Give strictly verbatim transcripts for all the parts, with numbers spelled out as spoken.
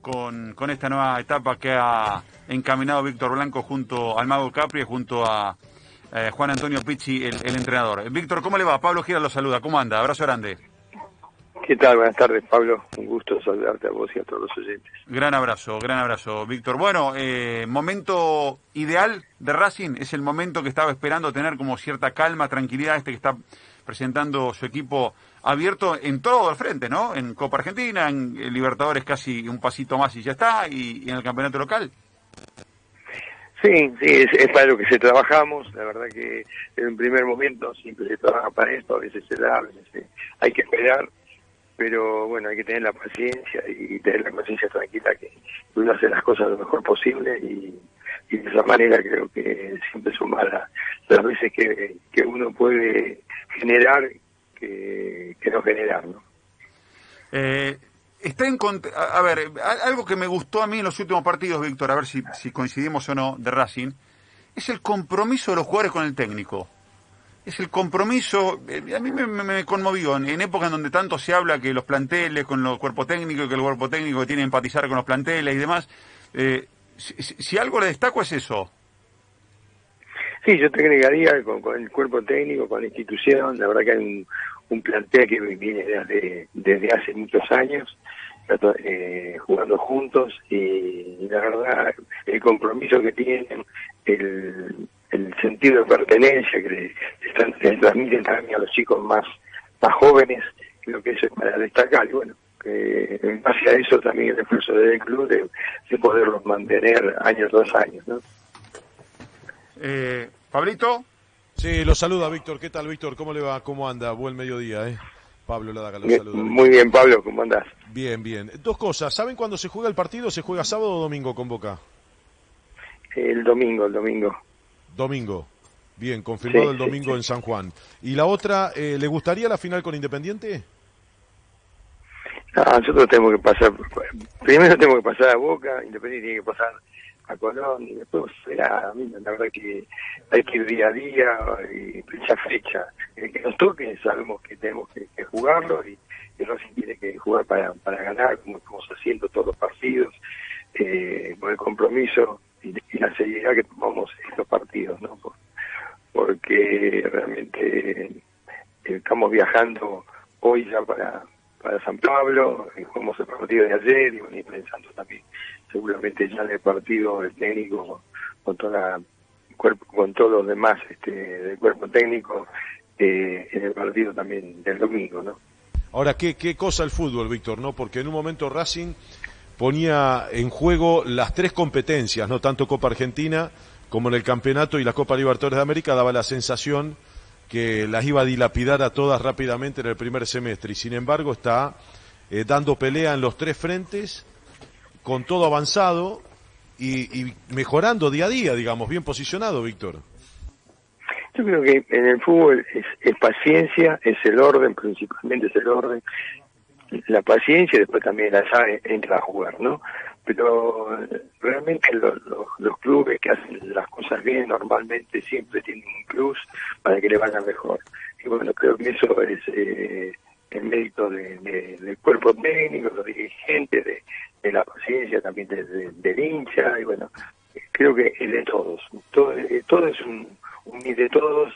con, con esta nueva etapa que ha encaminado Víctor Blanco junto al Mago Capri y junto a eh, Juan Antonio Picci, el, el entrenador. Víctor, ¿cómo le va? Pablo Gira lo saluda. ¿Cómo anda? Abrazo grande. ¿Qué tal? Buenas tardes, Pablo. Un gusto saludarte a vos y a todos los oyentes. Gran abrazo, gran abrazo, Víctor. Bueno, eh, momento ideal de Racing, es el momento que estaba esperando tener como cierta calma, tranquilidad, este que está presentando su equipo abierto en todo el frente, ¿no? En Copa Argentina, en Libertadores casi un pasito más y ya está, y, y en el campeonato local. Sí, sí, es, es para lo que se trabajamos. La verdad que en un primer momento siempre se trabaja para esto, a veces se da, a veces se, hay que esperar. Pero bueno, hay que tener la paciencia y tener la conciencia tranquila que uno hace las cosas lo mejor posible y, y de esa manera creo que siempre suma la, las veces que, que uno puede generar que, que no generar, ¿no? Eh, está en cont- a, a ver, algo que me gustó a mí en los últimos partidos, Víctor, a ver si, si coincidimos o no, de Racing, es el compromiso de los jugadores con el técnico. Es el compromiso, a mí me, me, me conmovió, en, en épocas en donde tanto se habla que los planteles con los cuerpos técnicos, que el cuerpo técnico tiene que empatizar con los planteles y demás, eh, si, si algo le destaco es eso. Sí, yo te agregaría con, con el cuerpo técnico, con la institución, la verdad que hay un, un plantel que viene desde, desde hace muchos años, eh, jugando juntos y la verdad el compromiso que tienen, el... el sentido de pertenencia que le, están, le transmiten también a los chicos más más jóvenes, creo que eso es para destacar. Y bueno, que en base a eso también el esfuerzo del club de, de poderlos mantener año tras año, ¿no? Eh, Pablito. Sí, lo saluda Víctor. ¿Qué tal, Víctor? ¿Cómo le va? ¿Cómo anda? Buen mediodía, ¿eh? Pablo Ladaga lo saluda. Muy bien, Pablo, ¿cómo andás? Bien, bien. Dos cosas. ¿Saben cuándo se juega el partido? ¿Se juega sábado o domingo con Boca? El domingo, el domingo. Domingo. Bien, confirmado sí, el domingo sí, en San Juan. ¿Y la otra, eh, le gustaría la final con Independiente? No, nosotros tenemos que pasar, primero tenemos que pasar a Boca, Independiente tiene que pasar a Colón, y después será, a mí la verdad que hay que ir día a día, y fecha a fecha. El que nos toque, sabemos que tenemos que, que jugarlo, y el Racing tiene que jugar para, para ganar, como estamos haciendo todos los partidos, eh, con el compromiso y, y la seriedad que tomamos estos partidos, ¿no? Por, porque realmente eh, estamos viajando hoy ya para, para San Pablo, y jugamos el partido de ayer, y bueno, y pensando también seguramente ya en el partido el técnico con toda la, cuerpo, con todos los demás este, del cuerpo técnico eh, en el partido también del domingo, ¿no? Ahora, ¿qué, qué cosa el fútbol, Víctor, ¿no? Porque en un momento Racing ponía en juego las tres competencias, no tanto Copa Argentina como en el campeonato y la Copa Libertadores de América, daba la sensación que las iba a dilapidar a todas rápidamente en el primer semestre, y sin embargo está eh, dando pelea en los tres frentes, con todo avanzado y, y mejorando día a día, digamos, bien posicionado, Víctor. Yo creo que en el fútbol es, es paciencia, es el orden, principalmente es el orden, la paciencia, y después también la llave entra a jugar, ¿no? Pero realmente los, los, los clubes que hacen las cosas bien normalmente siempre tienen un plus para que le vaya mejor. Y bueno, creo que eso es eh, el mérito de, de, del cuerpo técnico, los dirigentes, de, de la paciencia también de, de, del hincha, y bueno, creo que es de todos. Todo, todo es un, un mix de todos,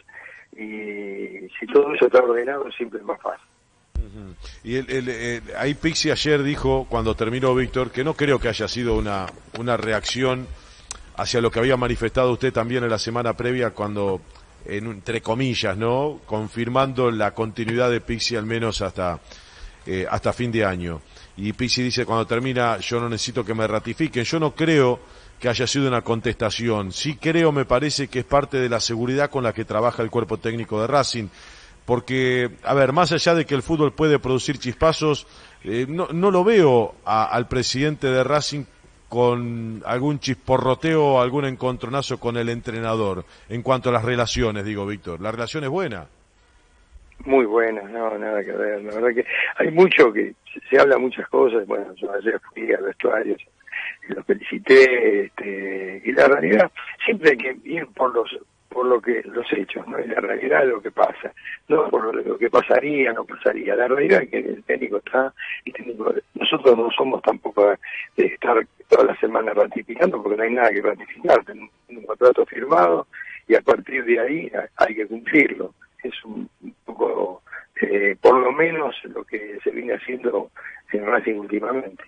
y si todo eso está ordenado siempre es más fácil. Uh-huh. Y el, el, el, ahí Pixi ayer dijo, cuando terminó, Víctor, que no creo que haya sido una, una reacción hacia lo que había manifestado usted también en la semana previa, cuando, en, entre comillas, ¿no?, confirmando la continuidad de Pixi al menos hasta, eh, hasta fin de año. Y Pixi dice, cuando termina, yo no necesito que me ratifiquen. Yo no creo que haya sido una contestación. Sí creo, me parece, que es parte de la seguridad con la que trabaja el cuerpo técnico de Racing. Porque, a ver, más allá de que el fútbol puede producir chispazos, eh, no, no lo veo a, al presidente de Racing con algún chisporroteo o algún encontronazo con el entrenador. En cuanto a las relaciones, digo, Víctor, ¿la relación es buena? Muy buena, no, nada que ver. La verdad que hay mucho que se, se habla muchas cosas. Bueno, yo ayer fui al vestuario, lo felicité, este, y la realidad siempre hay que ir por los por lo que los hechos, ¿no? Y la realidad de lo que pasa, no por lo que pasaría, no pasaría. La realidad es que el técnico está, el técnico, nosotros no somos tampoco de estar toda la semana ratificando, porque no hay nada que ratificar, tenemos un contrato firmado y a partir de ahí hay que cumplirlo. Es un, un poco, eh, por lo menos, lo que se viene haciendo en Racing últimamente.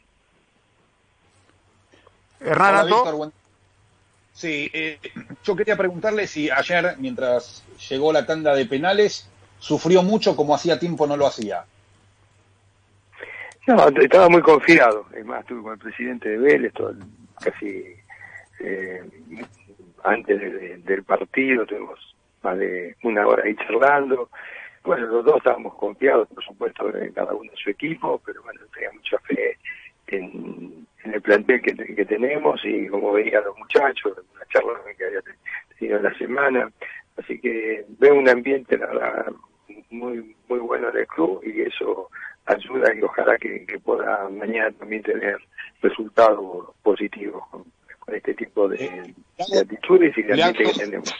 Hernán, Víctor, buen... Sí, eh, yo quería preguntarle si ayer, mientras llegó la tanda de penales, sufrió mucho como hacía tiempo no lo hacía. No, estaba muy confiado. Es más, estuve con el presidente de Vélez, todo, casi eh, antes de, de, del partido, tuvimos más de una hora ahí charlando. Bueno, los dos estábamos confiados, por supuesto, en cada uno de su equipo, pero bueno, tenía mucha fe en, en el plantel que, que tenemos y como veían los muchachos, una charla que había tenido en la semana. Así que veo un ambiente, la verdad, muy, muy bueno en el club y eso ayuda y ojalá que, que pueda mañana también tener resultados positivos con, con este tipo de, de actitudes y de ambiente que tenemos.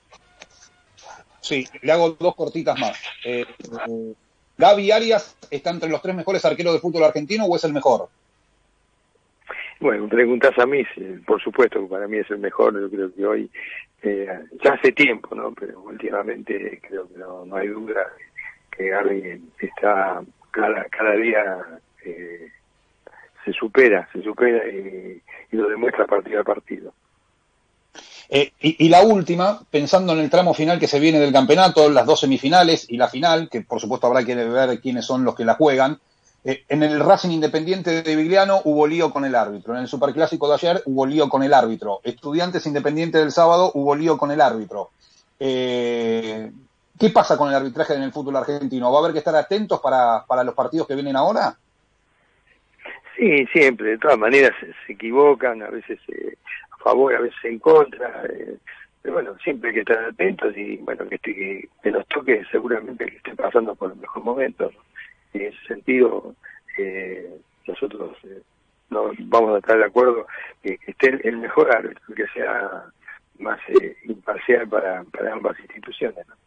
Sí, le hago dos cortitas más. Eh, eh, ¿Gaby Arias está entre los tres mejores arqueros de fútbol argentino o es el mejor? Bueno, preguntas a mí, sí, por supuesto que para mí es el mejor, yo creo que hoy, eh, ya hace tiempo, ¿no? Pero últimamente creo que no, no hay duda que Gaby está cada, cada día eh, se supera, se supera y, y lo demuestra partido a partido. Eh, y, y la última, pensando en el tramo final que se viene del campeonato, las dos semifinales y la final, que por supuesto habrá que ver quiénes son los que la juegan, eh, en el Racing Independiente de Vigliano hubo lío con el árbitro, en el Superclásico de ayer hubo lío con el árbitro, Estudiantes Independiente del sábado hubo lío con el árbitro. Eh, ¿Qué pasa con el arbitraje en el fútbol argentino? ¿Va a haber que estar atentos para, para los partidos que vienen ahora? Sí, siempre, de todas maneras se, se equivocan, a veces eh, a favor, a veces en contra, eh, pero bueno, siempre hay que estar atentos y bueno, que, que, que nos toque seguramente que esté pasando por el mejor momento, ¿no? En ese sentido, eh, nosotros eh, no vamos a estar de acuerdo que, que esté el mejor árbitro, que sea más eh, imparcial para, para ambas instituciones, ¿no?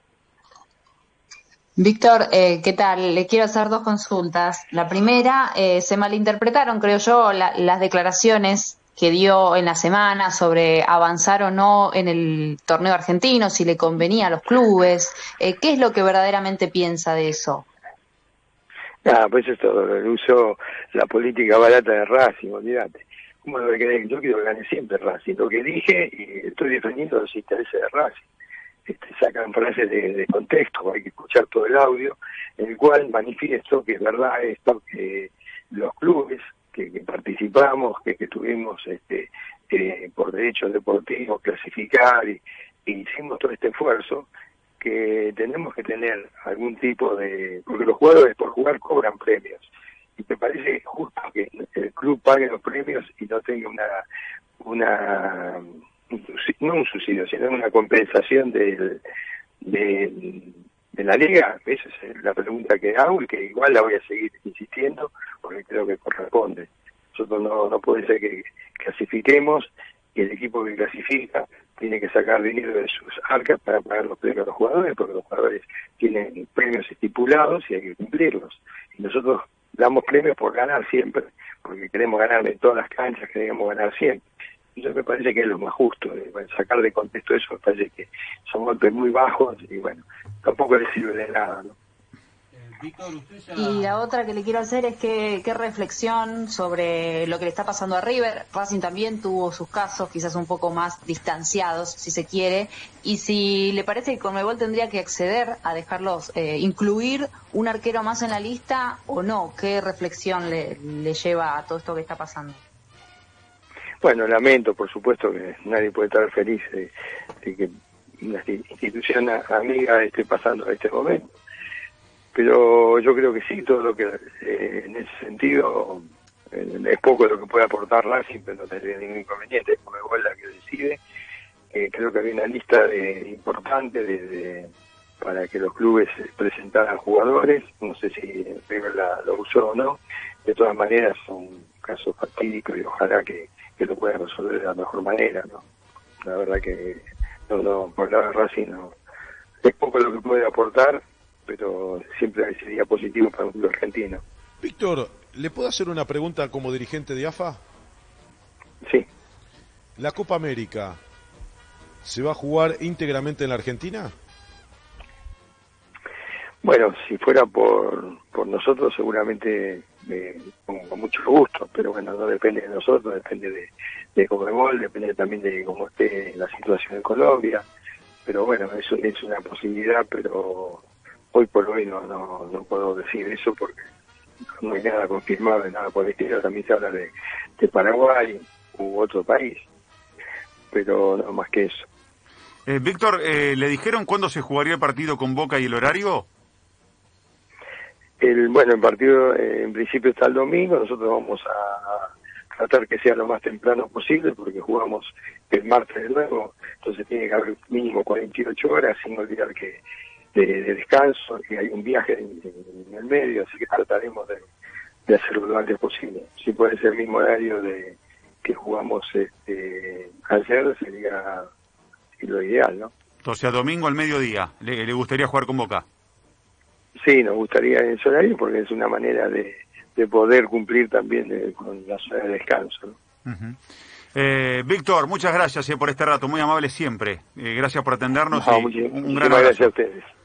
Víctor, eh, ¿qué tal? Le quiero hacer dos consultas. La primera, eh, se malinterpretaron, creo yo, la, las declaraciones que dio en la semana sobre avanzar o no en el torneo argentino, si le convenía a los clubes. Eh, ¿Qué es lo que verdaderamente piensa de eso? Ah, pues esto, uso la política barata de Racing, olvídate. ¿Cómo lo que yo quiero que gane siempre Racing? Lo que dije y estoy defendiendo los intereses de Racing. Este, sacan frases de, de contexto, hay que escuchar todo el audio, en el cual manifiesto que es verdad esto, que los clubes que, que participamos, que, que tuvimos este, eh, por derechos deportivos clasificar y, y hicimos todo este esfuerzo, que tenemos que tener algún tipo de... porque los jugadores por jugar cobran premios, y me parece justo que el club pague los premios y no tenga una... una no un subsidio, sino una compensación del, de, de la liga. Esa es la pregunta que hago y que igual la voy a seguir insistiendo porque creo que corresponde. Nosotros no, no puede ser que clasifiquemos y el equipo que clasifica tiene que sacar dinero de sus arcas para pagar los premios a los jugadores, porque los jugadores tienen premios estipulados y hay que cumplirlos. Y nosotros damos premios por ganar siempre, porque queremos ganar en todas las canchas, queremos ganar siempre. Entonces me parece que es lo más justo, eh, bueno, sacar de contexto eso, me parece que son golpes muy bajos y bueno, tampoco les sirve de nada, ¿no? Y la otra que le quiero hacer es que qué reflexión sobre lo que le está pasando a River. Racing también tuvo sus casos, quizás un poco más distanciados, si se quiere, y si le parece que Conmebol tendría que acceder a dejarlos, eh, incluir un arquero más en la lista o no. ¿Qué reflexión le, le lleva a todo esto que está pasando? Bueno, lamento, por supuesto, que nadie puede estar feliz de, de que una institución amiga esté pasando a este momento. Pero yo creo que sí, todo lo que eh, en ese sentido eh, es poco lo que puede aportar Racing, pero no tendría ningún inconveniente, como es la que decide. Eh, creo que había una lista de, importante de, de, para que los clubes presentaran jugadores, no sé si River la, lo usó o no, de todas maneras son casos fatídicos y ojalá que, que lo puedan resolver de la mejor manera, ¿no? La verdad que no, no, por la Racing no. Es poco lo que puede aportar, pero siempre sería positivo para un club argentino. Víctor, ¿le puedo hacer una pregunta como dirigente de A F A? Sí. ¿La Copa América se va a jugar íntegramente en la Argentina? Bueno, si fuera por, por nosotros, seguramente eh, con, con mucho gusto, pero bueno, no depende de nosotros, depende de, de Conmebol, depende también de cómo esté la situación en Colombia, pero bueno, eso es una posibilidad, pero hoy por hoy no, no, no puedo decir eso porque no hay nada confirmado, nada por el estilo. También se habla de, de Paraguay u otro país, pero no más que eso. Eh, Víctor, eh, ¿le dijeron cuándo se jugaría el partido con Boca y el horario? El, bueno, el partido eh, en principio está el domingo, nosotros vamos a tratar que sea lo más temprano posible porque jugamos el martes de nuevo, entonces tiene que haber mínimo cuarenta y ocho horas, sin olvidar que de, de descanso, que hay un viaje en, en el medio, así que trataremos de, de hacerlo lo antes posible. Si puede ser el mismo horario de que jugamos este, ayer, sería lo ideal, ¿no? O sea, domingo al mediodía, ¿le, le gustaría jugar con Boca? Sí, nos gustaría en ese horario porque es una manera de, de poder cumplir también de, con la zona de descanso, ¿no? Uh-huh. eh, Víctor, muchas gracias eh, por este rato, muy amable siempre. Eh, gracias por atendernos No, y muchas, un gran abrazo. gracias a ustedes.